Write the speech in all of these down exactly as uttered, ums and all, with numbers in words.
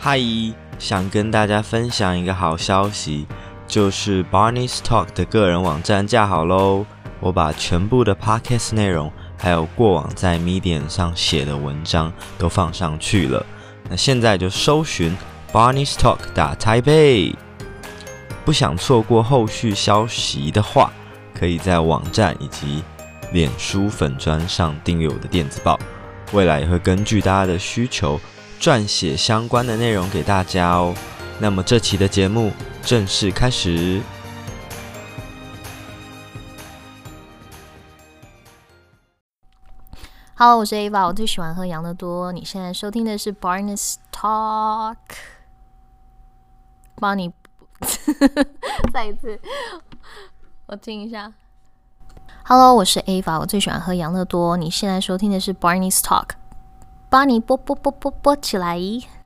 嗨，想跟大家分享一个好消息，就是 Barney's Talk 的个人网站架好咯。我把全部的 podcast 内容还有过往在 Medium 上写的文章都放上去了，那现在就搜寻 Barney's Talk 打台北。不想错过后续消息的话，可以在网站以及脸书粉专上订阅我的电子报，未来也会根据大家的需求撰写相关的内容给大家哦。那么这期的节目正式开始。 Hello， 我是 Ava， 我最喜欢喝养乐多。你现在收听的是 Barney's Talk。帮你再一次，我听一下。Hello， 我是 Ava， 我最喜欢喝养乐多。你现在收听的是 Barney's Talk， 把你啵啵啵啵啵起来。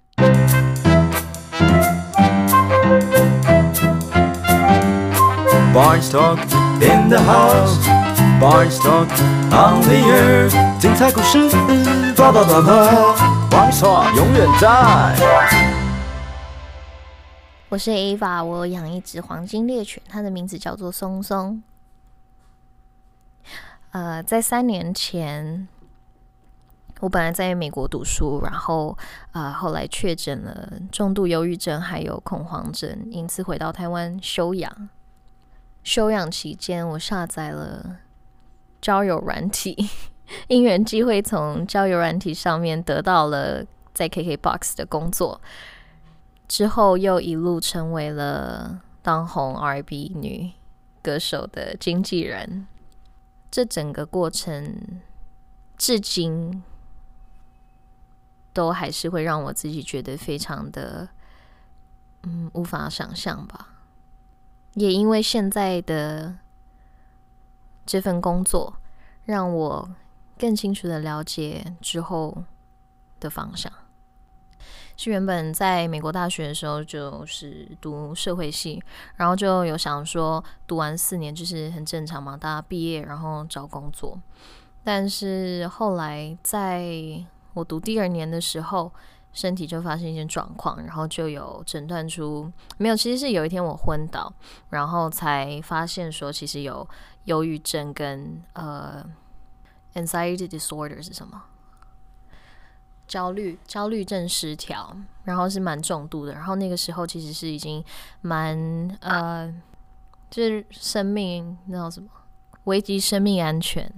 Barney's Talk in the house，Barney's Talk on the air， 精彩故事叭叭叭叭 ，Barney's Talk 永远在。 我是 Ava， 我养一只黄金猎犬，它的名字叫做松松。呃，在三年前，我本来在美国读书，然后呃后来确诊了重度忧郁症还有恐慌症，因此回到台湾休养。休养期间，我下载了交友软体，因缘际会从交友软体上面得到了在 K K B O X 的工作，之后又一路成为了当红 R and B 女歌手的经纪人。这整个过程至今都还是会让我自己觉得非常的嗯无法想象吧。也因为现在的这份工作，让我更清楚的了解之后的方向。是原本在美国大学的时候就是读社会系，然后就有想说读完四年就是很正常嘛，大家毕业然后找工作。但是后来在我读第二年的时候，身体就发生一些状况，然后就有诊断出没有，其实是有一天我昏倒，然后才发现说其实有忧郁症跟呃 anxiety disorder 是什么？焦虑焦虑症失调，然后是蛮重度的。然后那个时候其实是已经蛮呃，就是生命那叫什么危及生命安全。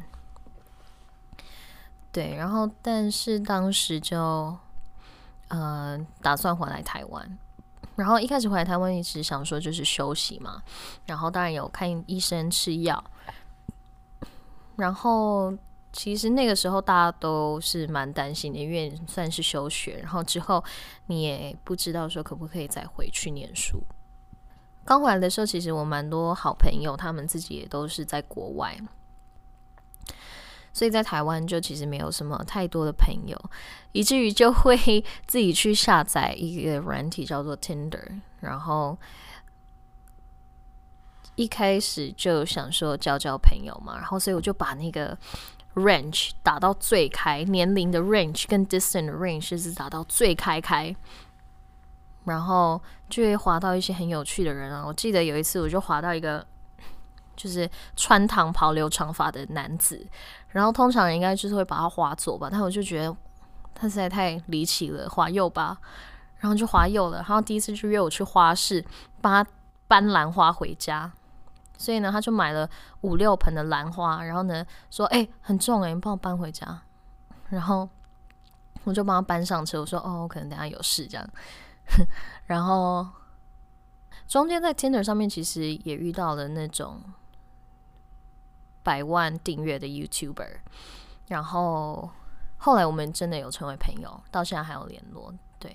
对，然后但是当时就呃打算回来台湾，然后一开始回来台湾一直想说就是休息嘛，然后当然有看医生吃药，然后其实那个时候大家都是蛮担心的，因为算是休学，然后之后你也不知道说可不可以再回去念书。刚回来的时候，其实我蛮多好朋友，他们自己也都是在国外，所以在台湾就其实没有什么太多的朋友，以至于就会自己去下载一个软体叫做 Tinder， 然后一开始就想说交交朋友嘛，然后所以我就把那个range 打到最开，年龄的 range 跟 distance 的 range 是打到最开开，然后就会滑到一些很有趣的人啊。我记得有一次我就滑到一个就是穿唐袍留长发的男子，然后通常人应该就是会把他滑左吧，但我就觉得他实在太离奇了，滑右吧，然后就滑右了。然后第一次就约我去花市帮他搬兰花回家，所以呢，他就买了五六盆的兰花，然后呢说：“哎、欸，很重哎、欸，你帮我搬回家。”然后我就帮他搬上车，我说：“哦，我可能等一下有事这样。”然后中间在 Tinder 上面其实也遇到了那种百万订阅的 YouTuber， 然后后来我们真的有成为朋友，到现在还有联络。对，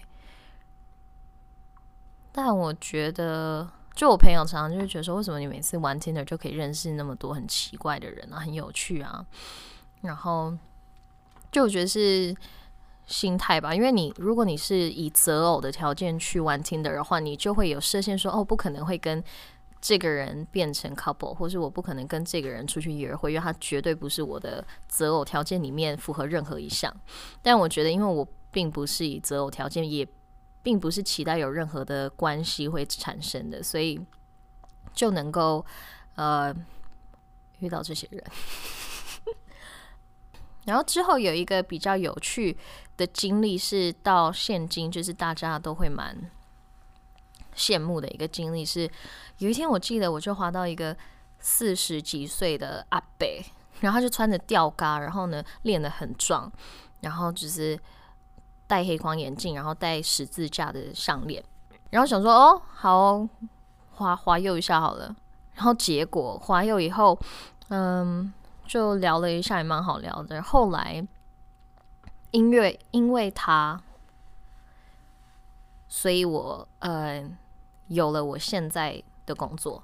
但我觉得。就我朋友常常就会觉得说，为什么你每次玩 Tinder 就可以认识那么多很奇怪的人啊，很有趣啊？然后就我觉得是心态吧，因为你如果你是以择偶的条件去玩 Tinder 的话，你就会有设限说，哦，不可能会跟这个人变成 couple， 或是我不可能跟这个人出去约会，因为他绝对不是我的择偶条件里面符合任何一项。但我觉得，因为我并不是以择偶条件，也并不是期待有任何的关系会产生的，所以就能够呃遇到这些人。然后之后有一个比较有趣的经历是到现今就是大家都会蛮羡慕的一个经历，是有一天我记得我就滑到一个四十几岁的阿伯，然后他就穿着吊嘎，然后呢练得很壮，然后就是戴黑框眼镜，然后戴十字架的项链，然后想说哦好哦滑滑右一下好了，然后结果滑右以后嗯就聊了一下也蛮好聊的，后来音乐因为他，所以我呃有了我现在的工作。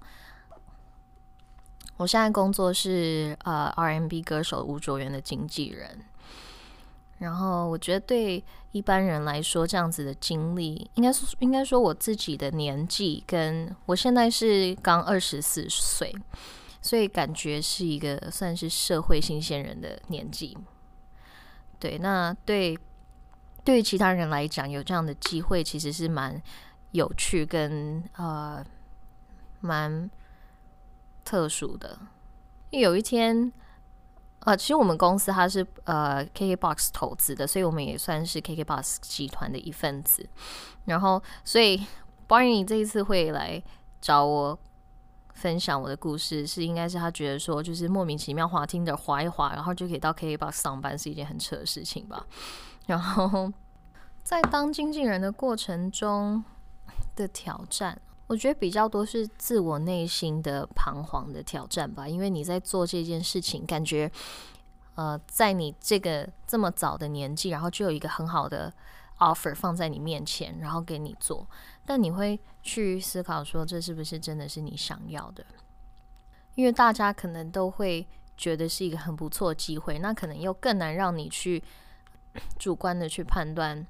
我现在工作是呃 R and B 歌手吴卓源的经纪人，然后我觉得对一般人来说，这样子的经历，应该说应该说我自己的年纪，跟我现在是刚二十四岁，所以感觉是一个算是社会新鲜人的年纪。对，那对对于其他人来讲，有这样的机会其实是蛮有趣跟呃蛮特殊的。因为有一天，呃，其实我们公司它是呃 K K B O X 投资的，所以我们也算是 K K B O X 集团的一份子。然后，所以 Barney 这一次会来找我分享我的故事，是应该是他觉得说，就是莫名其妙滑Tinder滑一滑，然后就可以到 K K B O X 上班，是一件很扯的事情吧。然后，在当经纪人的过程中的挑战，我觉得比较多是自我内心的彷徨的挑战吧，因为你在做这件事情，感觉呃，在你这个这么早的年纪，然后就有一个很好的 offer 放在你面前，然后给你做，但你会去思考说，这是不是真的是你想要的？因为大家可能都会觉得是一个很不错的机会，那可能又更难让你去主观的去判断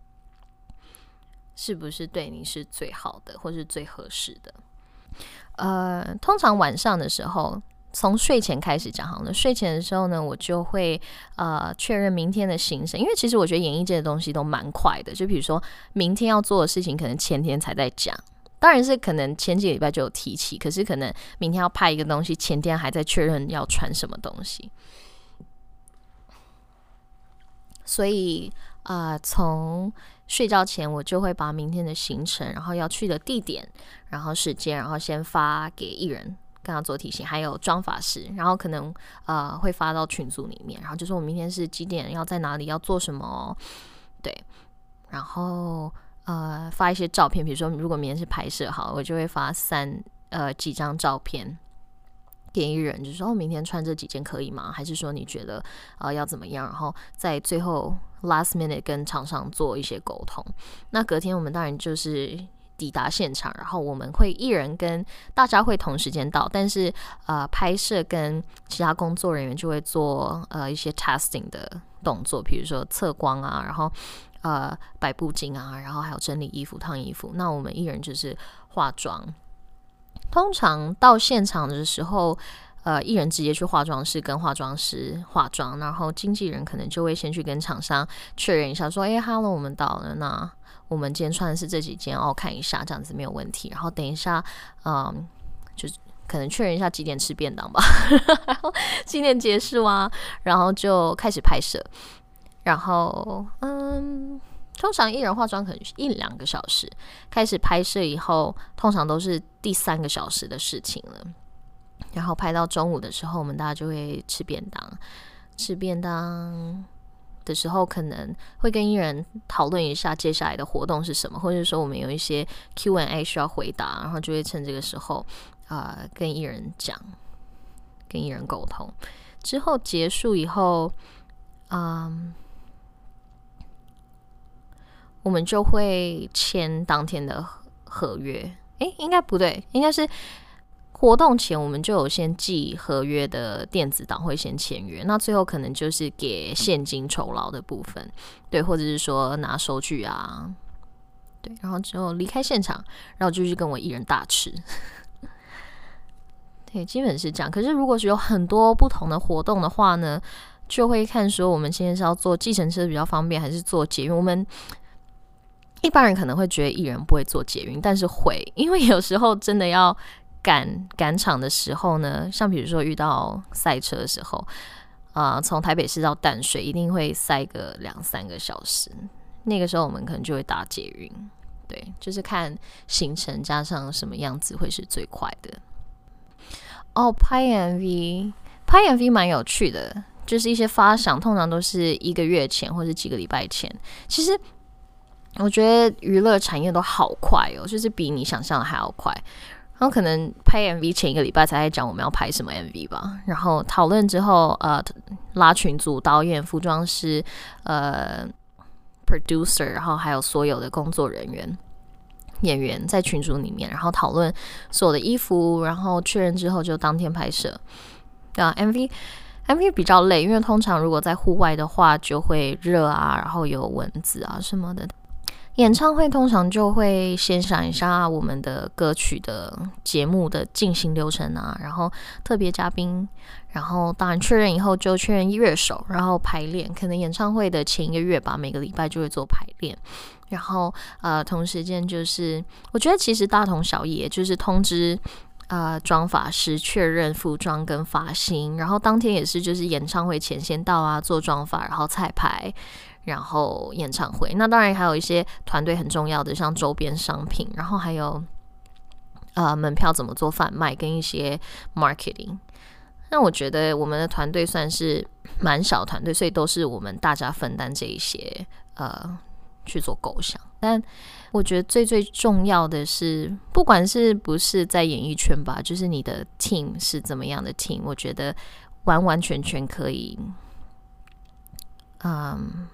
是不是对你是最好的或是最合适的。呃，通常晚上的时候，从睡前开始讲好了。睡前的时候呢，我就会呃确认明天的行程，因为其实我觉得演艺界的东西都蛮快的，就比如说明天要做的事情，可能前天才在讲。当然是可能前几个礼拜就有提起，可是可能明天要拍一个东西，前天还在确认要传什么东西。所以呃，从睡觉前我就会把明天的行程，然后要去的地点，然后时间，然后先发给艺人，跟他做提醒，还有妆发师，然后可能呃会发到群组里面，然后就说我明天是几点，要在哪里，要做什么哦，对，然后呃发一些照片，比如说如果明天是拍摄好，我就会发三呃几张照片给艺人，就是说、哦、明天穿这几件可以吗？还是说你觉得呃要怎么样？然后在最后 last minute 跟厂商做一些沟通。那隔天我们当然就是抵达现场，然后我们会艺人跟大家会同时间到，但是呃拍摄跟其他工作人员就会做呃一些 testing 的动作，比如说测光啊，然后呃摆布景啊，然后还有整理衣服、烫衣服。那我们艺人就是化妆。通常到现场的时候，呃，艺人直接去化妆室跟化妆师化妆，然后经纪人可能就会先去跟厂商确认一下，说，哎 ，Hello， 我们到了，那我们今天穿的是这几件哦，看一下，这样子没有问题。然后等一下，嗯，就是可能确认一下几点吃便当吧，然后几点结束啊，然后就开始拍摄，然后嗯。通常艺人化妆可能一两个小时，开始拍摄以后，通常都是第三个小时的事情了。然后拍到中午的时候，我们大家就会吃便当。吃便当的时候，可能会跟艺人讨论一下接下来的活动是什么，或者说我们有一些 Q and A 需要回答，然后就会趁这个时候，呃，跟艺人讲，跟艺人沟通。之后结束以后，嗯。我们就会签当天的合约，诶，应该不对，应该是活动前我们就有先寄合约的电子档，会先签约。那最后可能就是给现金酬劳的部分，对，或者是说拿收据啊，对，然后之后离开现场，然后就去跟我艺人大吃。对，基本是这样。可是如果是有很多不同的活动的话呢，就会看说我们今天是要坐计程车比较方便，还是坐捷运。我们一般人可能会觉得艺人不会坐捷运，但是会，因为有时候真的要赶赶场的时候呢，像比如说遇到塞车的时候，啊、呃，从台北市到淡水一定会塞个两三个小时，那个时候我们可能就会搭捷运，对，就是看行程加上什么样子会是最快的。哦，拍 M V， 拍 M V 蛮有趣的，就是一些发想通常都是一个月前或是几个礼拜前，其实。我觉得娱乐产业都好快哦，就是比你想象的还要快。然后可能拍 M V 前一个礼拜才在讲我们要拍什么 M V 吧，然后讨论之后，呃，拉群组、导演、服装师、呃 producer， 然后还有所有的工作人员、演员在群组里面，然后讨论所有的衣服，然后确认之后就当天拍摄。对啊 ，M V。M V 比较累，因为通常如果在户外的话就会热啊，然后有蚊子啊什么的。演唱会通常就会先想一下我们的歌曲的节目的进行流程啊，然后特别嘉宾，然后当然确认以后就确认乐手，然后排练。可能演唱会的前一个月吧，每个礼拜就会做排练，然后呃同时间就是我觉得其实大同小异，就是通知呃妆发师确认服装跟发型，然后当天也是就是演唱会前先到啊做妆发，然后彩排。然后演唱会，那当然还有一些团队很重要的，像周边商品，然后还有呃门票怎么做贩卖，跟一些 marketing。那我觉得我们的团队算是蛮小团队，所以都是我们大家分担这一些呃去做构想。但我觉得最最重要的是，不管是不是在演艺圈吧，就是你的 team 是怎么样的 team， 我觉得完完全全可以，嗯。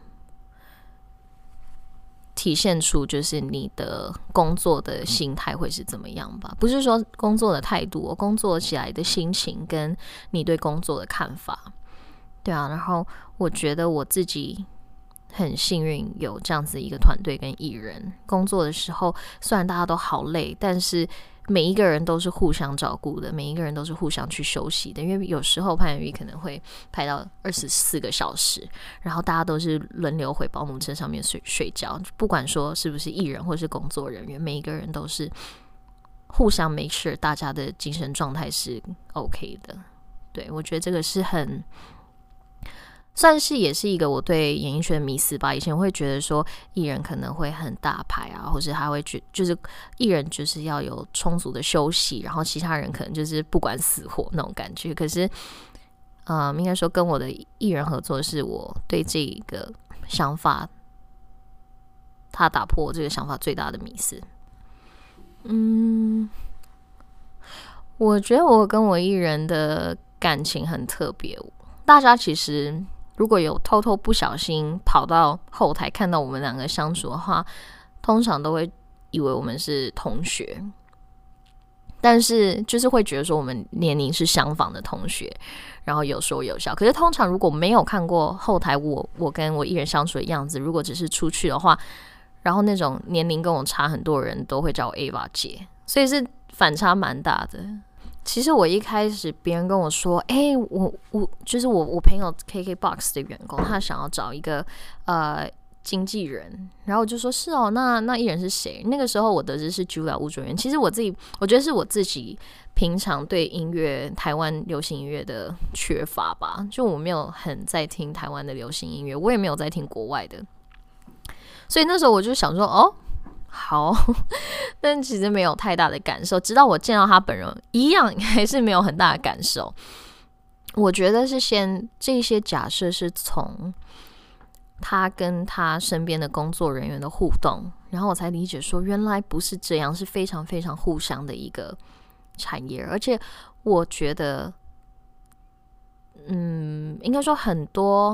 体现出就是你的工作的心态会是怎么样吧，不是说工作的态度，工作起来的心情跟你对工作的看法，对啊。然后我觉得我自己很幸运有这样子一个团队跟艺人，工作的时候虽然大家都好累，但是每一个人都是互相照顾的，每一个人都是互相去休息的，因为有时候拍 M V 可能会拍到二十四个小时，然后大家都是轮流回保姆车上面 睡, 睡觉，不管说是不是艺人或是工作人员，每一个人都是互相 make sure 大家的精神状态是 OK 的。对，我觉得这个是很算是也是一个我对演艺圈的迷思吧。以前会觉得说艺人可能会很大牌啊，或是他会觉就是艺人就是要有充足的休息，然后其他人可能就是不管死活那种感觉。可是嗯，应该说跟我的艺人合作是我对这个想法，他打破我这个想法最大的迷思。嗯，我觉得我跟我艺人的感情很特别，大家其实如果有偷偷不小心跑到后台看到我们两个相处的话，通常都会以为我们是同学，但是就是会觉得说我们年龄是相仿的同学，然后有说有笑。可是通常如果没有看过后台我我跟我艺人相处的样子，如果只是出去的话，然后那种年龄跟我差很多人都会叫我 Ava 姐，所以是反差蛮大的。其实我一开始别人跟我说，哎、欸，我我就是我我朋友 K K B O X 的员工，他想要找一个呃经纪人，然后我就说是哦，那那艺人是谁？那个时候我得知是 Julia 吴卓源。其实我自己我觉得是我自己平常对音乐台湾流行音乐的缺乏吧，就我没有很在听台湾的流行音乐，我也没有在听国外的，所以那时候我就想说，哦。好，但其实没有太大的感受，直到我见到他本人，一样还是没有很大的感受。我觉得是先这些假设是从他跟他身边的工作人员的互动，然后我才理解说原来不是这样，是非常非常互相的一个产业。而且我觉得嗯，应该说很多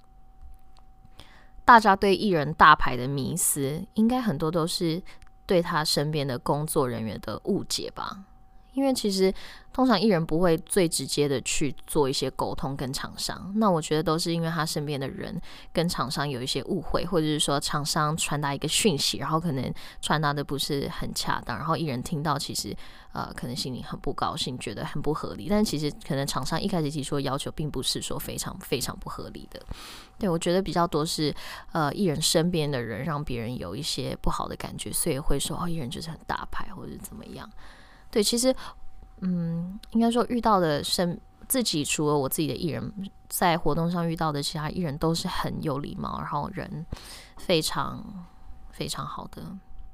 大家对艺人大牌的迷思，应该很多都是对他身边的工作人员的误解吧。 因为其实通常艺人不会最直接的去做一些沟通跟厂商，那我觉得都是因为他身边的人跟厂商有一些误会，或者是说厂商传达一个讯息，然后可能传达的不是很恰当，然后艺人听到其实呃可能心里很不高兴，觉得很不合理，但其实可能厂商一开始提出的要求并不是说非常非常不合理的。对，我觉得比较多是呃艺人身边的人让别人有一些不好的感觉，所以会说哦艺人就是很大牌或者怎么样。对，其实嗯应该说遇到的身自己除了我自己的艺人，在活动上遇到的其他艺人都是很有礼貌，然后人非常非常好的。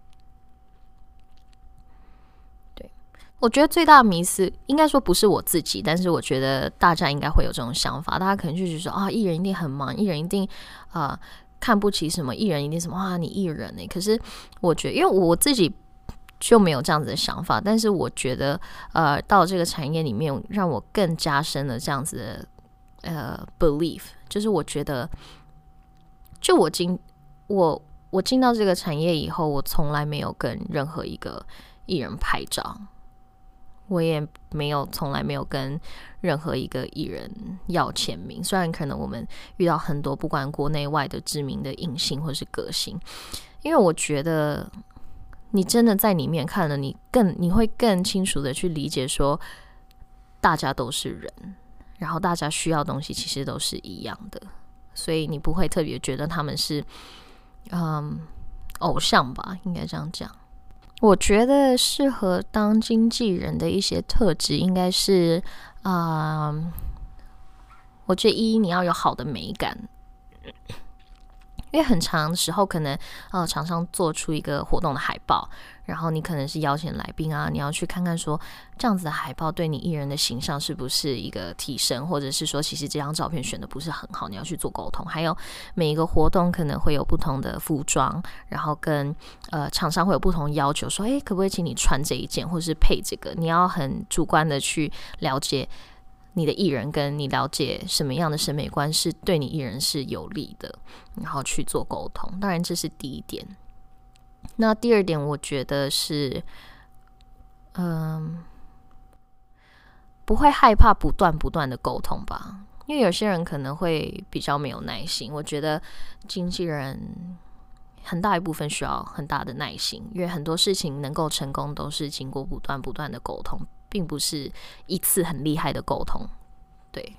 对，我觉得最大的迷思应该说不是我自己，但是我觉得大家应该会有这种想法，大家可能就觉得说啊艺人一定很忙，艺人一定呃看不起什么，艺人一定什么啊你艺人欸。可是我觉得因为我自己就没有这样子的想法，但是我觉得呃到这个产业里面让我更加深了这样子的呃 belief， 就是我觉得就我进我我进到这个产业以后，我从来没有跟任何一个艺人拍照，我也没有从来没有跟任何一个艺人要签名，虽然可能我们遇到很多不管国内外的知名的影星或是歌星，因为我觉得你真的在里面看了，你更你会更清楚的去理解说大家都是人，然后大家需要的东西其实都是一样的，所以你不会特别觉得他们是嗯偶像吧，应该这样讲。我觉得适合当经纪人的一些特质应该是嗯我觉得一你要有好的美感，因为很长的时候可能呃厂商做出一个活动的海报，然后你可能是邀请来宾啊，你要去看看说这样子的海报对你艺人的形象是不是一个提升，或者是说其实这张照片选的不是很好，你要去做沟通。还有每一个活动可能会有不同的服装，然后跟呃厂商会有不同要求，说诶可不可以请你穿这一件或者是配这个，你要很主观的去了解你的艺人，跟你了解什么样的审美观是对你艺人是有利的，然后去做沟通。当然这是第一点。那第二点我觉得是嗯，不会害怕不断不断的沟通吧，因为有些人可能会比较没有耐心，我觉得经纪人很大一部分需要很大的耐心，因为很多事情能够成功都是经过不断不断的沟通，并不是一次很厉害的沟通。对，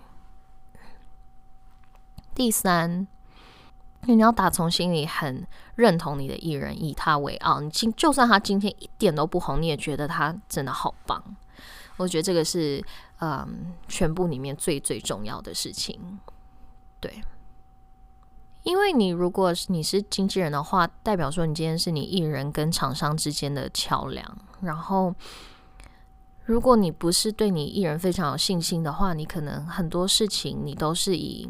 第三，你要打从心里很认同你的艺人，以他为傲，你就算他今天一点都不红，你也觉得他真的好棒。我觉得这个是嗯全部里面最最重要的事情。对，因为你如果你是经纪人的话，代表说你今天是你艺人跟厂商之间的桥梁，然后如果你不是对你艺人非常有信心的话，你可能很多事情你都是以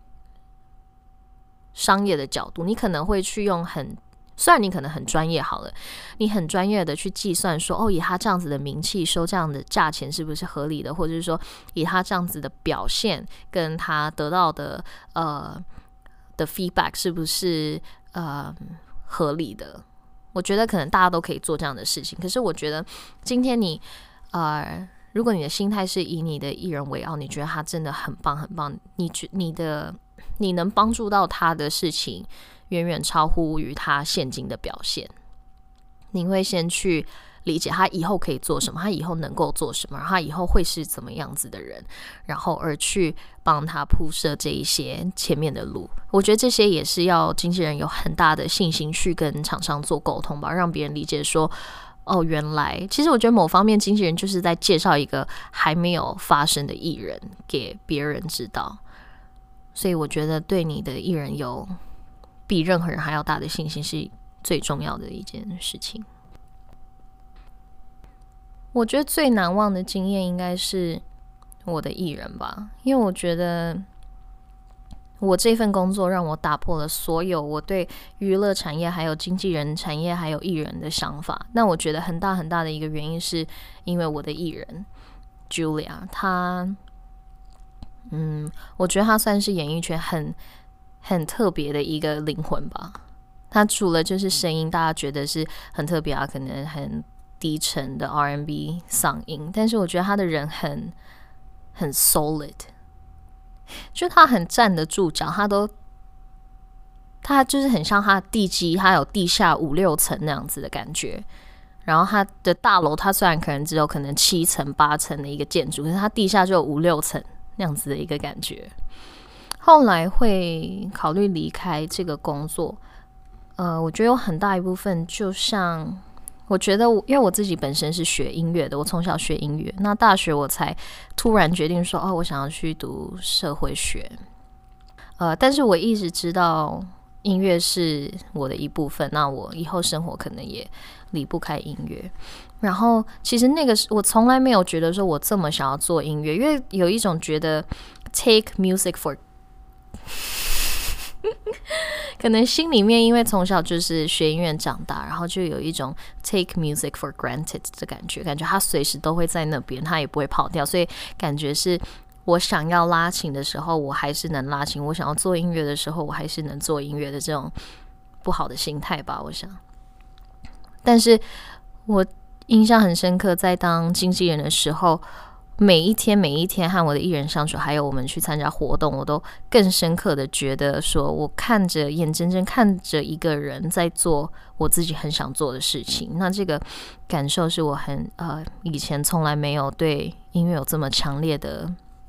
商业的角度，你可能会去用很虽然你可能很专业好了，你很专业的去计算说哦，以他这样子的名气收这样的价钱是不是合理的，或者是说以他这样子的表现跟他得到的呃的 feedback 是不是呃合理的。我觉得可能大家都可以做这样的事情，可是我觉得今天你呃如果你的心态是以你的艺人为傲，你觉得他真的很棒很棒，你觉你的你能帮助到他的事情远远超乎于他现今的表现，你会先去理解他以后可以做什么，他以后能够做什么，他以后会是怎么样子的人，然后而去帮他铺设这一些前面的路。我觉得这些也是要经纪人有很大的信心去跟厂商做沟通吧，让别人理解说哦，原来其实我觉得某方面经纪人就是在介绍一个还没有发生的艺人给别人知道，所以我觉得对你的艺人有比任何人还要大的信心是最重要的一件事情。我觉得最难忘的经验应该是我的艺人吧，因为我觉得我这份工作让我打破了所有我对娱乐产业还有经纪人产业还有艺人的想法。那我觉得很大很大的一个原因是因为我的艺人 Julia， 她嗯，我觉得她算是演艺圈很很特别的一个灵魂吧。她除了就是声音大家觉得是很特别啊，可能很低沉的 R and B 嗓音，但是我觉得他的人很很 solid， 就他很站得住脚，他都他就是很像他的地基，他有地下五六层那样子的感觉。然后他的大楼，他虽然可能只有可能七层八层的一个建筑，可是他地下就有五六层那样子的一个感觉。后来会考虑离开这个工作，呃，我觉得有很大一部分，就像我觉得我，因为我自己本身是学音乐的，我从小学音乐，那大学我才突然决定说，哦，我想要去读社会学。呃，但是我一直知道音乐是我的一部分，那我以后生活可能也离不开音乐。然后其实那个我从来没有觉得说我这么想要做音乐，因为有一种觉得 take music for 可能心里面因为从小就是学音乐长大，然后就有一种 take music for granted 的感觉，感觉它随时都会在那边，它也不会跑掉，所以感觉是我想要拉琴的时候我还是能拉琴，我想要做音乐的时候我还是能做音乐的这种不好的心态吧，我想。但是我印象很深刻，在当经纪人的时候，每一天每一天和我的艺人相处，还有我们去参加活动，我都更深刻的觉得说，我看着眼睁睁看着一个人在做我自己很想做的事情，那这个感受是我很呃以前从来没有对音乐有这么强烈的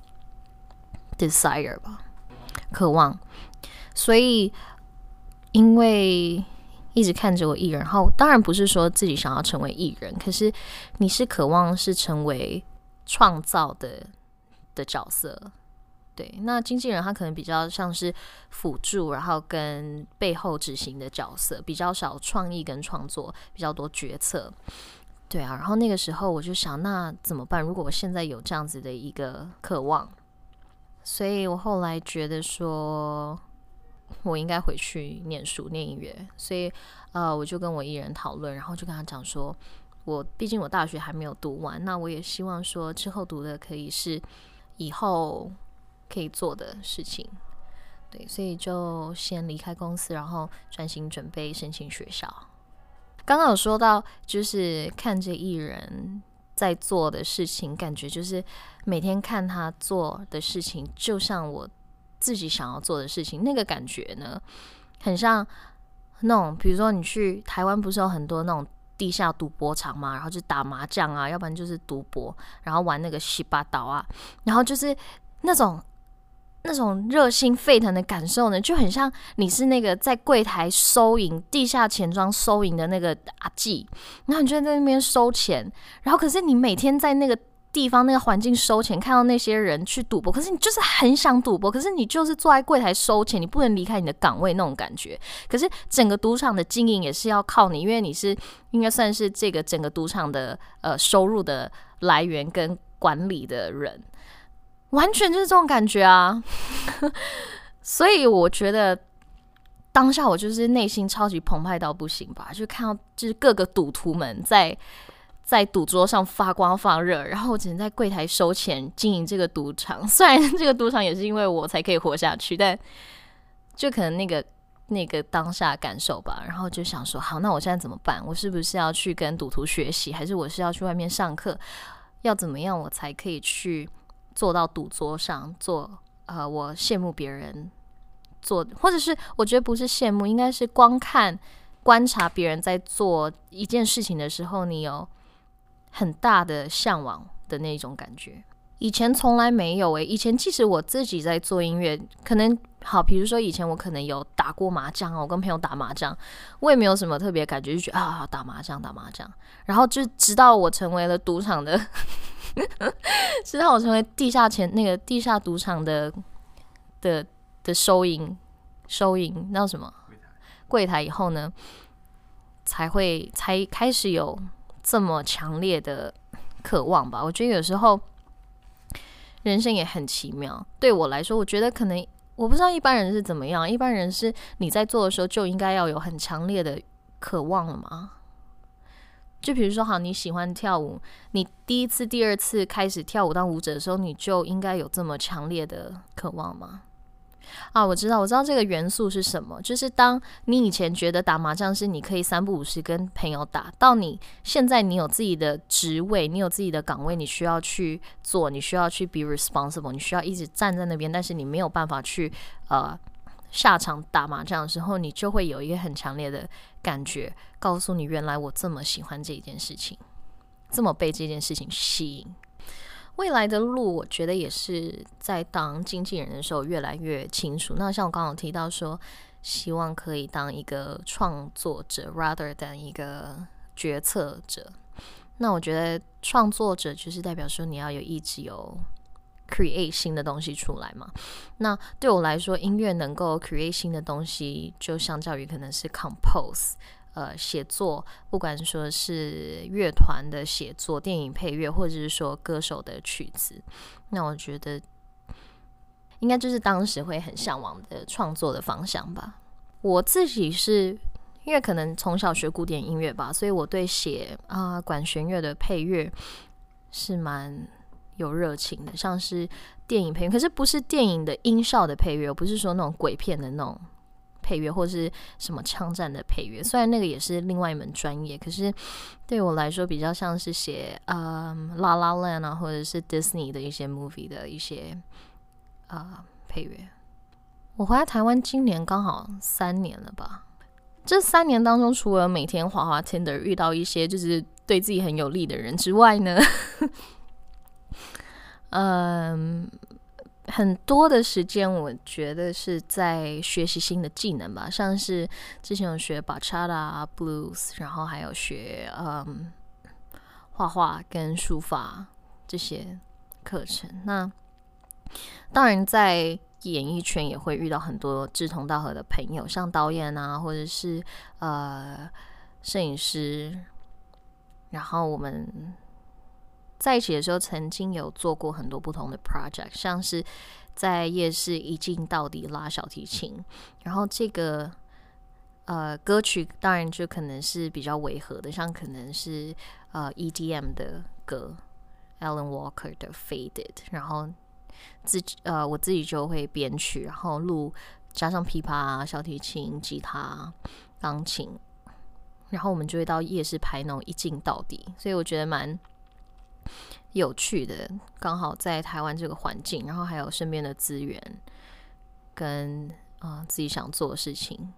desire 吧，渴望。所以因为一直看着我艺人，然后当然不是说自己想要成为艺人，可是你是渴望是成为创造的的角色。对，那经纪人他可能比较像是辅助，然后跟背后执行的角色，比较少创意跟创作，比较多决策。对啊，然后那个时候我就想，那怎么办？如果我现在有这样子的一个渴望，所以我后来觉得说我应该回去念书念音乐，所以呃，我就跟我艺人讨论，然后就跟他讲说，我毕竟我大学还没有读完，那我也希望说之后读的可以是以后可以做的事情。对，所以就先离开公司，然后专心准备申请学校。刚刚有说到，就是看着艺人在做的事情，感觉就是每天看他做的事情，就像我自己想要做的事情，那个感觉呢，很像那种，比如说你去台湾，不是有很多那种地下赌博场嘛，然后就打麻将啊，要不然就是赌博，然后玩那个西巴岛啊，然后就是那种那种热心沸腾的感受呢，就很像你是那个在柜台收银地下钱庄收银的那个阿纪，然后你就在那边收钱，然后可是你每天在那个地方那个环境收钱，看到那些人去赌博，可是你就是很想赌博，可是你就是坐在柜台收钱，你不能离开你的岗位那种感觉。可是整个赌场的经营也是要靠你，因为你是应该算是这个整个赌场的呃收入的来源跟管理的人，完全就是这种感觉啊。所以我觉得当下我就是内心超级澎湃到不行吧，就看到就是各个赌徒们在在赌桌上发光发热，然后我只能在柜台收钱经营这个赌场。虽然这个赌场也是因为我才可以活下去，但就可能那个那个当下的感受吧。然后就想说，好，那我现在怎么办？我是不是要去跟赌徒学习，还是我是要去外面上课？要怎么样我才可以去做到赌桌上做呃我羡慕别人做，或者是我觉得不是羡慕，应该是光看观察别人在做一件事情的时候，你有很大的向往的那种感觉。以前从来没有诶、欸，以前即使我自己在做音乐，可能好，比如说以前我可能有打过麻将，我跟朋友打麻将，我也没有什么特别感觉，就觉得啊打麻将打麻将，然后就直到我成为了赌场的直到我成为地下钱那个地下赌场的的的收银收银那什么柜台以后呢，才会才开始有这么强烈的渴望吧。我觉得有时候人生也很奇妙，对我来说，我觉得可能我不知道一般人是怎么样，一般人是你在做的时候就应该要有很强烈的渴望了吗？就比如说好，你喜欢跳舞，你第一次第二次开始跳舞当舞者的时候，你就应该有这么强烈的渴望吗？ 啊，我知道，我知道这个元素是什么，就是当你以前觉得打麻将是你可以三不五时跟朋友打，到你现在你有自己的职位，你有自己的岗位，你需要去做，你需要去 be responsible， 你需要一直站在那边，但是你没有办法去呃下场打麻将的时候，你就会有一个很强烈的感觉，告诉你原来我这么喜欢这件事情，这么被这件事情吸引。未来的路，我觉得也是在当经纪人的时候越来越清楚。那像我刚刚提到说，希望可以当一个创作者 rather than 一个决策者。那我觉得创作者就是代表说你要有一直有 create 新的东西出来嘛。那对我来说，音乐能够 create 新的东西，就相较于可能是 compose。呃，写作，不管说是乐团的写作、电影配乐，或者是说歌手的曲子，那我觉得应该就是当时会很向往的创作的方向吧。我自己是因为可能从小学古典音乐吧，所以我对写啊、呃、管弦乐的配乐是蛮有热情的，像是电影配乐，可是不是电影的音效的配乐，不是说那种鬼片的那种配乐或是什么枪战的配乐，虽然那个也是另外一门专业，可是对我来说比较像是写嗯 La La Land 啊，或者是 Disney 的一些 movie 的一些呃配乐。我回来台湾今年刚好三年了吧，这三年当中，除了每天滑滑 Tinder 遇到一些就是对自己很有利的人之外呢，嗯。很多的时间我觉得是在学习新的技能吧，像是之前有学 Bachata Blues， 然后还有学嗯画画跟书法这些课程。那当然在演艺圈也会遇到很多志同道合的朋友，像导演啊，或者是呃摄影师，然后我们在一起的时候，曾经有做过很多不同的 project， 像是在夜市一镜到底拉小提琴，然后这个呃歌曲当然就可能是比较违和的，像可能是呃 E D M 的歌 ，Alan Walker 的 Faded， 然后自己呃我自己就会编曲，然后录加上琵琶、小提琴、吉他、钢琴，然后我们就会到夜市拍那种一镜到底，所以我觉得蛮有趣的，刚好在台湾这个环境，然后还有身边的资源跟、呃、自己想做的事情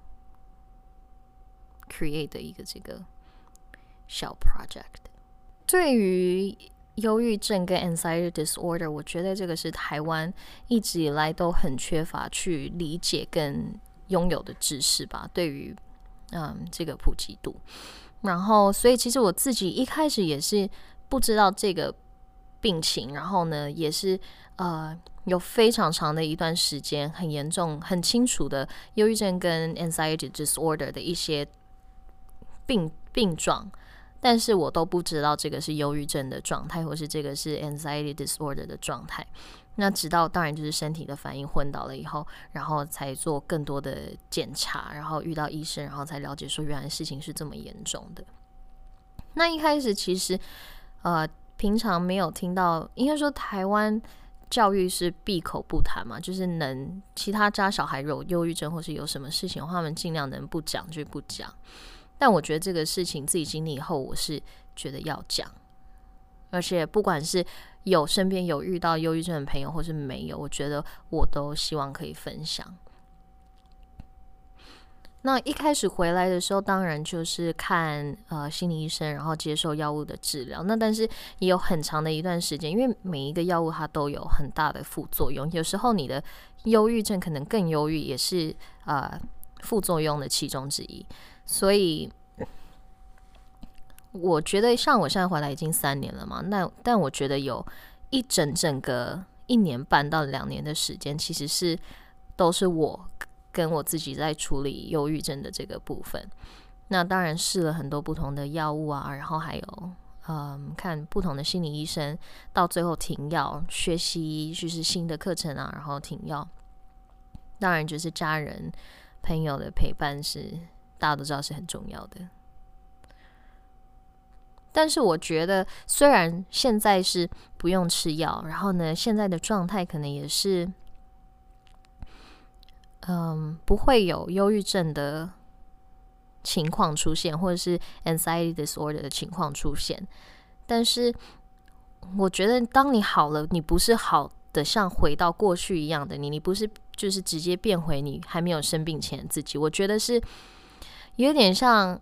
create 的一个这个小 project。 对于忧郁症跟 anxiety disorder， 我觉得这个是台湾一直以来都很缺乏去理解跟拥有的知识吧，对于嗯这个普及度。然后所以其实我自己一开始也是不知道这个病情，然后呢也是呃有非常长的一段时间很严重很清楚的忧郁症跟 anxiety disorder 的一些病病状，但是我都不知道这个是忧郁症的状态，或是这个是 anxiety disorder 的状态。那直到当然就是身体的反应昏倒了以后，然后才做更多的检查，然后遇到医生，然后才了解说原来事情是这么严重的。那一开始其实呃平常没有听到，应该说台湾教育是闭口不谈嘛，就是能其他家小孩有忧郁症或是有什么事情的话，他们尽量能不讲就不讲。但我觉得这个事情自己经历以后，我是觉得要讲，而且不管是有身边有遇到忧郁症的朋友，或是没有，我觉得我都希望可以分享。那一开始回来的时候，当然就是看呃心理医生，然后接受药物的治疗。那但是也有很长的一段时间，因为每一个药物它都有很大的副作用，有时候你的忧郁症可能更忧郁，也是呃副作用的其中之一。所以我觉得像我现在回来已经三年了嘛，那但我觉得有一整整个一年半到两年的时间，其实是都是我跟我自己在处理忧郁症的这个部分。那当然试了很多不同的药物啊，然后还有嗯看不同的心理医生，到最后停药，学习就是新的课程啊，然后停药。当然就是家人朋友的陪伴是大家都知道是很重要的。但是我觉得虽然现在是不用吃药，然后呢现在的状态可能也是嗯，不会有忧郁症的情况出现，或者是 anxiety disorder 的情况出现。但是我觉得当你好了，你不是好的像回到过去一样的你，你不是就是直接变回你还没有生病前的自己。我觉得是有点像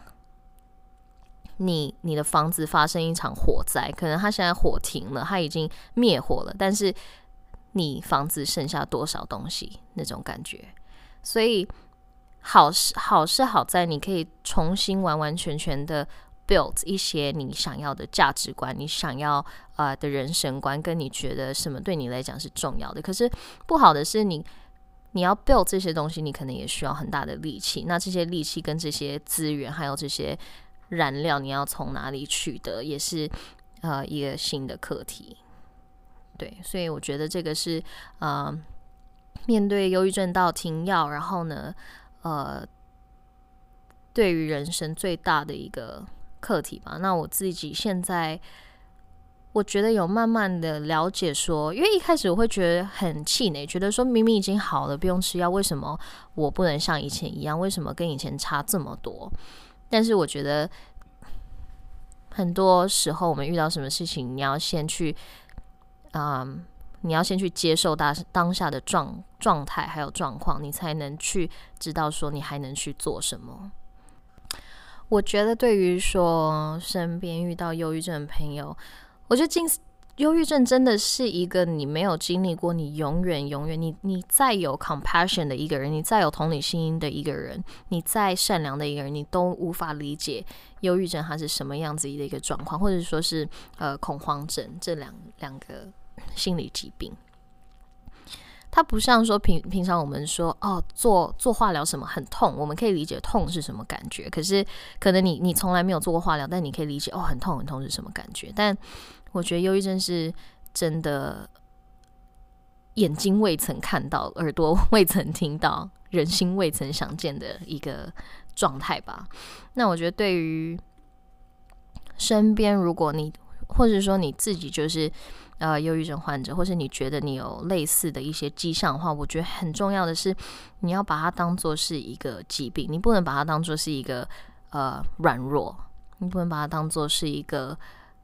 你你的房子发生一场火灾，可能它现在火停了，它已经灭火了，但是你房子剩下多少东西那种感觉。所以好是好是好在你可以重新完完全全的 build 一些你想要的价值观，你想要、呃、的人生观，跟你觉得什么对你来讲是重要的。可是不好的是你你要 build 这些东西，你可能也需要很大的力气，那这些力气跟这些资源还有这些燃料你要从哪里取得，也是、呃、一个新的课题。对，所以我觉得这个是呃面对忧郁症到停药，然后呢呃对于人生最大的一个课题吧。那我自己现在我觉得有慢慢的了解说，因为一开始我会觉得很气馁，觉得说明明已经好了不用吃药，为什么我不能像以前一样，为什么跟以前差这么多。但是我觉得很多时候我们遇到什么事情，你要先去嗯，你要先去接受当下的状状态还有状况，你才能去知道说你还能去做什么。我觉得对于说身边遇到忧郁症的朋友，我觉得进忧郁症真的是一个你没有经历过，你永远永远你你再有 compassion 的一个人，你再有同理心的一个人，你再善良的一个人，你都无法理解忧郁症它是什么样子的一个状况，或者说是呃恐慌症这两两个心理疾病。它不像说平平常我们说哦做做化疗什么很痛，我们可以理解痛是什么感觉，可是可能你你从来没有做过化疗，但你可以理解哦很痛很痛是什么感觉。但我觉得忧郁症是真的眼睛未曾看到，耳朵未曾听到，人心未曾想见的一个状态吧。那我觉得对于身边如果你或者说你自己就是呃忧郁症患者，或是你觉得你有类似的一些迹象的话，我觉得很重要的是你要把它当作是一个疾病，你不能把它当作是一个呃软弱，你不能把它当作是一个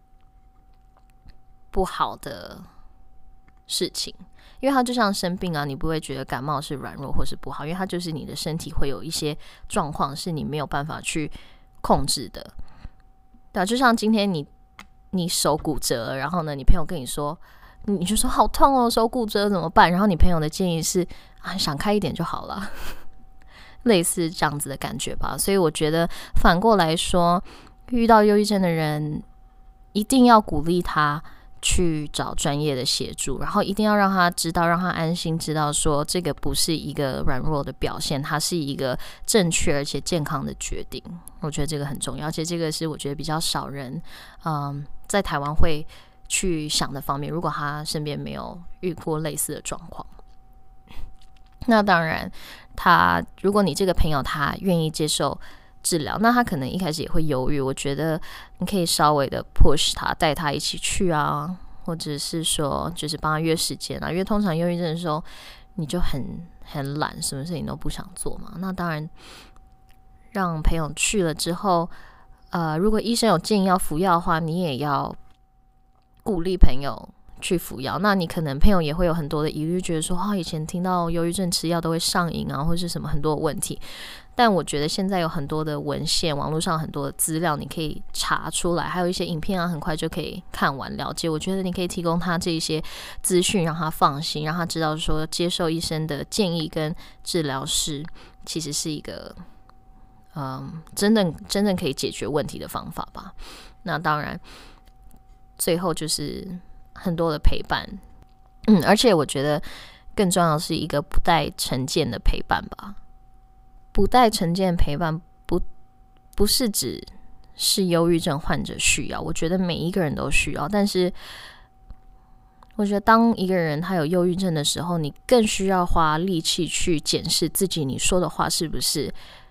不好的事情，因为它就像生病啊，你不会觉得感冒是软弱或是不好，因为它就是你的身体会有一些状况是你没有办法去控制的。对啊，就像今天你你手骨折了，然后呢你朋友跟你说，你就说好痛哦，手骨折怎么办？然后你朋友的建议是啊，想开一点就好了类似这样子的感觉吧。所以我觉得反过来说，遇到忧郁症的人一定要鼓励他去找专业的协助，然后一定要让他知道，让他安心知道说这个不是一个软弱的表现，它是一个正确而且健康的决定。我觉得这个很重要，而且这个是我觉得比较少人嗯，在台湾会去想的方面，如果他身边没有遇过类似的状况。那当然他如果你这个朋友他愿意接受治疗，那他可能一开始也会犹豫，我觉得你可以稍微的 push 他，带他一起去啊，或者是说就是帮他约时间啊，因为通常忧郁症的时候你就很很懒，什么事情都不想做嘛。那当然让朋友去了之后，呃，如果医生有建议要服药的话，你也要鼓励朋友去服药。那你可能朋友也会有很多的疑虑，觉得说啊，以前听到忧郁症吃药都会上瘾啊，或是什么很多问题。但我觉得现在有很多的文献，网络上很多的资料你可以查出来，还有一些影片啊，很快就可以看完了解。我觉得你可以提供他这一些资讯，让他放心，让他知道说接受医生的建议跟治疗师其实是一个嗯，真正真正可以解决问题的方法吧。那当然最后就是很多的陪伴，嗯，而且我觉得更重要的是一个不带成见的陪伴吧。不带成见的陪伴不不是指是忧郁症患者需要，我觉得每一个人都需要。但是我觉得当一个人他有忧郁症的时候，你更需要花力气去检视自己，你说的话是不是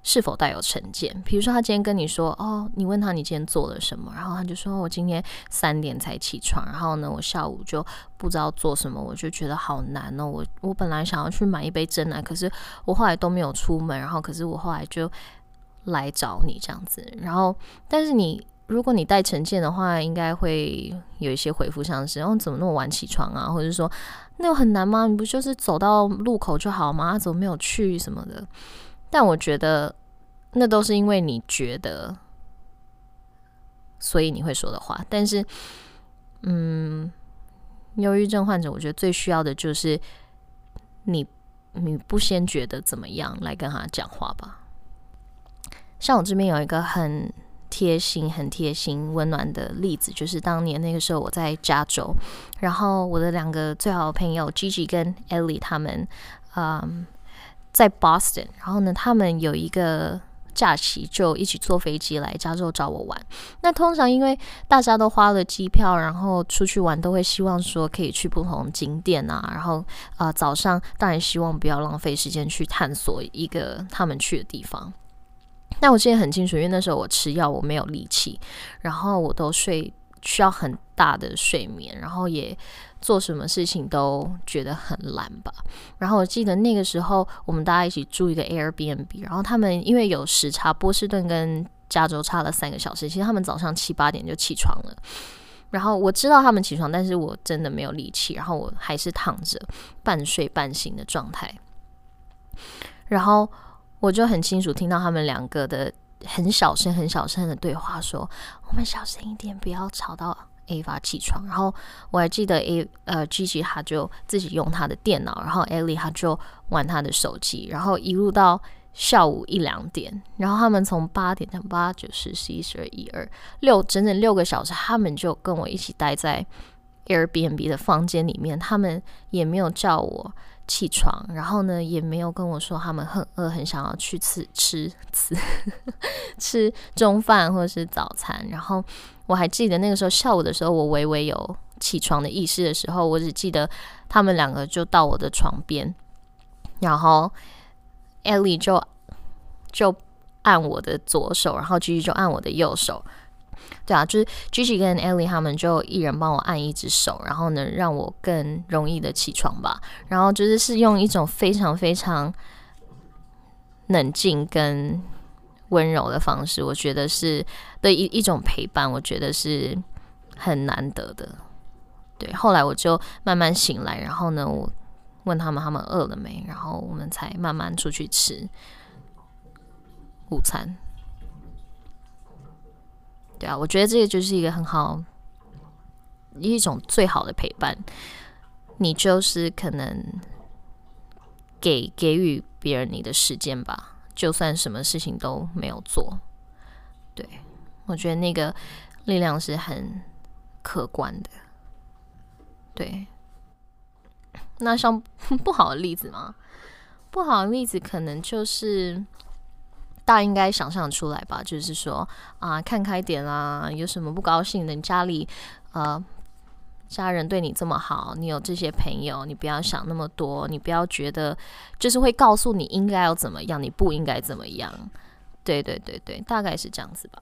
是否带有成见。比如说他今天跟你说，哦，你问他你今天做了什么，然后他就说我今天三点才起床，然后呢我下午就不知道做什么，我就觉得好难哦，我我本来想要去买一杯珍奶，可是我后来都没有出门，然后可是我后来就来找你这样子。然后但是你如果你带成见的话，应该会有一些回复，像是哦怎么那么晚起床啊，或者说那有很难吗？你不就是走到路口就好吗？怎么没有去什么的？但我觉得那都是因为你觉得，所以你会说的话。但是嗯，忧郁症患者我觉得最需要的就是你你不先觉得怎么样来跟他讲话吧。像我这边有一个很贴心很贴心温暖的例子，就是当年那个时候我在加州，然后我的两个最好的朋友 Gigi 跟 Ellie 他们嗯在 Boston， 然后呢他们有一个假期就一起坐飞机来加州找我玩。那通常因为大家都花了机票，然后出去玩都会希望说可以去不同景点啊，然后呃早上当然希望不要浪费时间去探索一个他们去的地方。但我记得很清楚，因为那时候我吃药我没有力气，然后我都睡需要很大的睡眠，然后也做什么事情都觉得很懒吧。然后我记得那个时候我们大家一起住一个 Airbnb， 然后他们因为有时差，波士顿跟加州差了三个小时，其实他们早上七八点就起床了。然后我知道他们起床，但是我真的没有力气，然后我还是躺着半睡半醒的状态。然后我就很清楚听到他们两个的很小声很小声的对话，说我们小声一点，不要吵到 Ava 起床。然后我还记得 A 呃 Gigi 他就自己用他的电脑，然后 Ellie 他就玩他的手机，然后一路到下午一两点，然后他们从八点到八九十十一十二一二六整整六个小时，他们就跟我一起待在 Airbnb 的房间里面，他们也没有叫我起床，然后呢也没有跟我说他们很饿很想要去吃吃吃吃中饭或者是早餐。然后我还记得那个时候下午的时候，我微微有起床的意识的时候，我只记得他们两个就到我的床边，然后 Ellie 就就按我的左手，然后 Gigi 就按我的右手。对啊，就是 Gigi 跟 Ellie 他们就一人帮我按一只手，然后呢让我更容易的起床吧。然后就是是用一种非常非常冷静跟温柔的方式，我觉得是的一一种陪伴，我觉得是很难得的。对，后来我就慢慢醒来，然后呢我问他们他们饿了没，然后我们才慢慢出去吃午餐。对啊，我觉得这个就是一个很好一种最好的陪伴，你就是可能给给予别人你的时间吧，就算什么事情都没有做。对，我觉得那个力量是很可观的。对，那像不好的例子吗？不好的例子可能就是大家应该想象出来吧，就是说啊，看开点啦，有什么不高兴的？你家里呃家人对你这么好，你有这些朋友，你不要想那么多，你不要觉得就是会告诉你应该要怎么样，你不应该怎么样。对对对对，大概是这样子吧。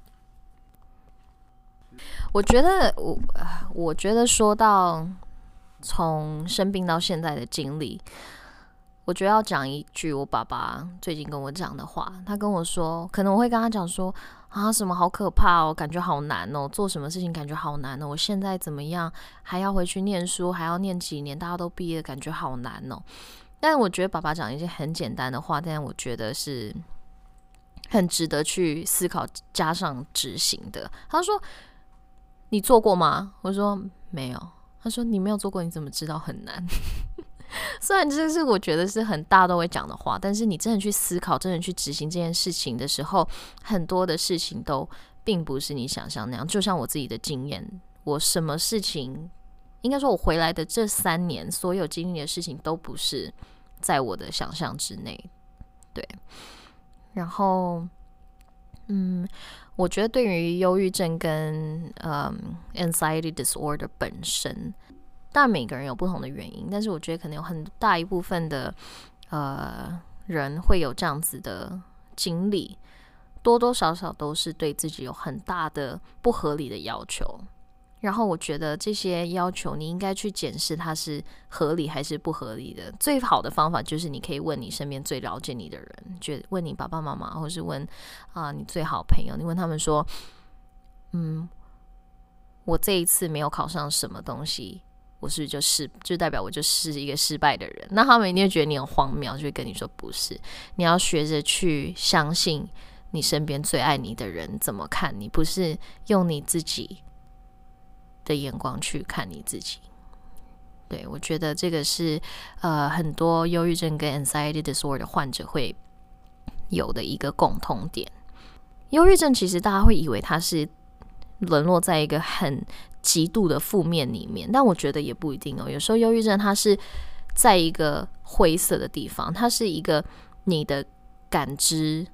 我觉得我我觉得说到从生病到现在的经历，我觉得要讲一句我爸爸最近跟我讲的话。他跟我说，可能我会跟他讲说啊，什么好可怕哦，感觉好难哦，做什么事情感觉好难哦，我现在怎么样，还要回去念书，还要念几年，大家都毕业，感觉好难哦。但我觉得爸爸讲一些很简单的话，但我觉得是很值得去思考加上执行的。他说你做过吗？我说没有。他说你没有做过，你怎么知道很难？虽然这是我觉得是很大都会讲的话，但是你真的去思考，真的去执行这件事情的时候，很多的事情都并不是你想象那样。就像我自己的经验，我什么事情，应该说我回来的这三年所有经历的事情都不是在我的想象之内。对，然后嗯我觉得对于忧郁症跟、嗯、anxiety disorder 本身，当然每个人有不同的原因，但是我觉得可能有很大一部分的呃人会有这样子的经历，多多少少都是对自己有很大的不合理的要求。然后我觉得这些要求你应该去检视它是合理还是不合理的。最好的方法就是你可以问你身边最了解你的人，觉得问你爸爸妈妈，或是问啊、呃、你最好朋友，你问他们说，嗯，我这一次没有考上什么东西，我是不是就失就代表我就是一个失败的人？那他们一定会觉得你很荒谬，就会跟你说不是，你要学着去相信你身边最爱你的人怎么看你，不是用你自己的眼光去看你自己。对，我觉得这个是呃很多忧郁症跟 anxiety disorder 患者会有的一个共通点。忧郁症其实大家会以为它是沦落在一个很极度的负面里面，但我觉得也不一定哦。有时候忧郁症它是在一个灰色的地方，它是一个你的感知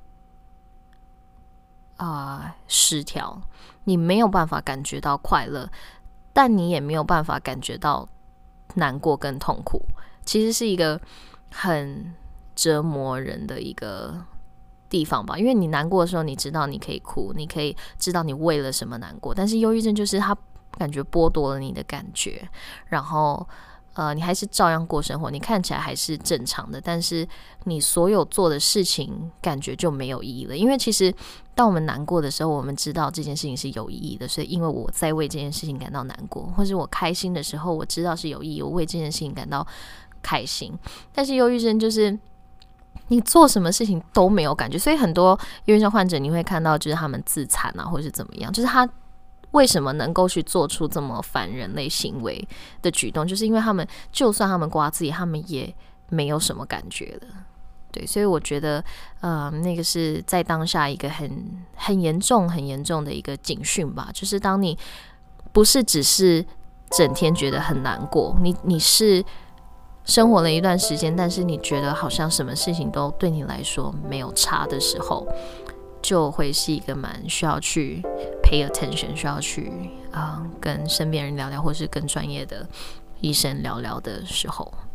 啊、呃、失调，你没有办法感觉到快乐，但你也没有办法感觉到难过跟痛苦，其实是一个很折磨人的一个地方吧。因为你难过的时候，你知道你可以哭，你可以知道你为了什么难过，但是忧郁症就是它感觉剥夺了你的感觉，然后呃，你还是照样过生活，你看起来还是正常的，但是你所有做的事情感觉就没有意义了。因为其实当我们难过的时候，我们知道这件事情是有意义的，所以因为我在为这件事情感到难过，或是我开心的时候，我知道是有意义，我为这件事情感到开心。但是忧郁症就是你做什么事情都没有感觉，所以很多忧郁症患者你会看到就是他们自残啊，或是怎么样，就是他为什么能够去做出这么反人类行为的举动，就是因为他们就算他们刮自己，他们也没有什么感觉了。对，所以我觉得呃，那个是在当下一个很很严重很严重的一个警讯吧，就是当你不是只是整天觉得很难过，你你是生活了一段时间，但是你觉得好像什么事情都对你来说没有差的时候，就会是一个蛮需要去 pay attention， 需要去、呃、跟身边人聊聊，或是跟专业的医生聊聊的时候。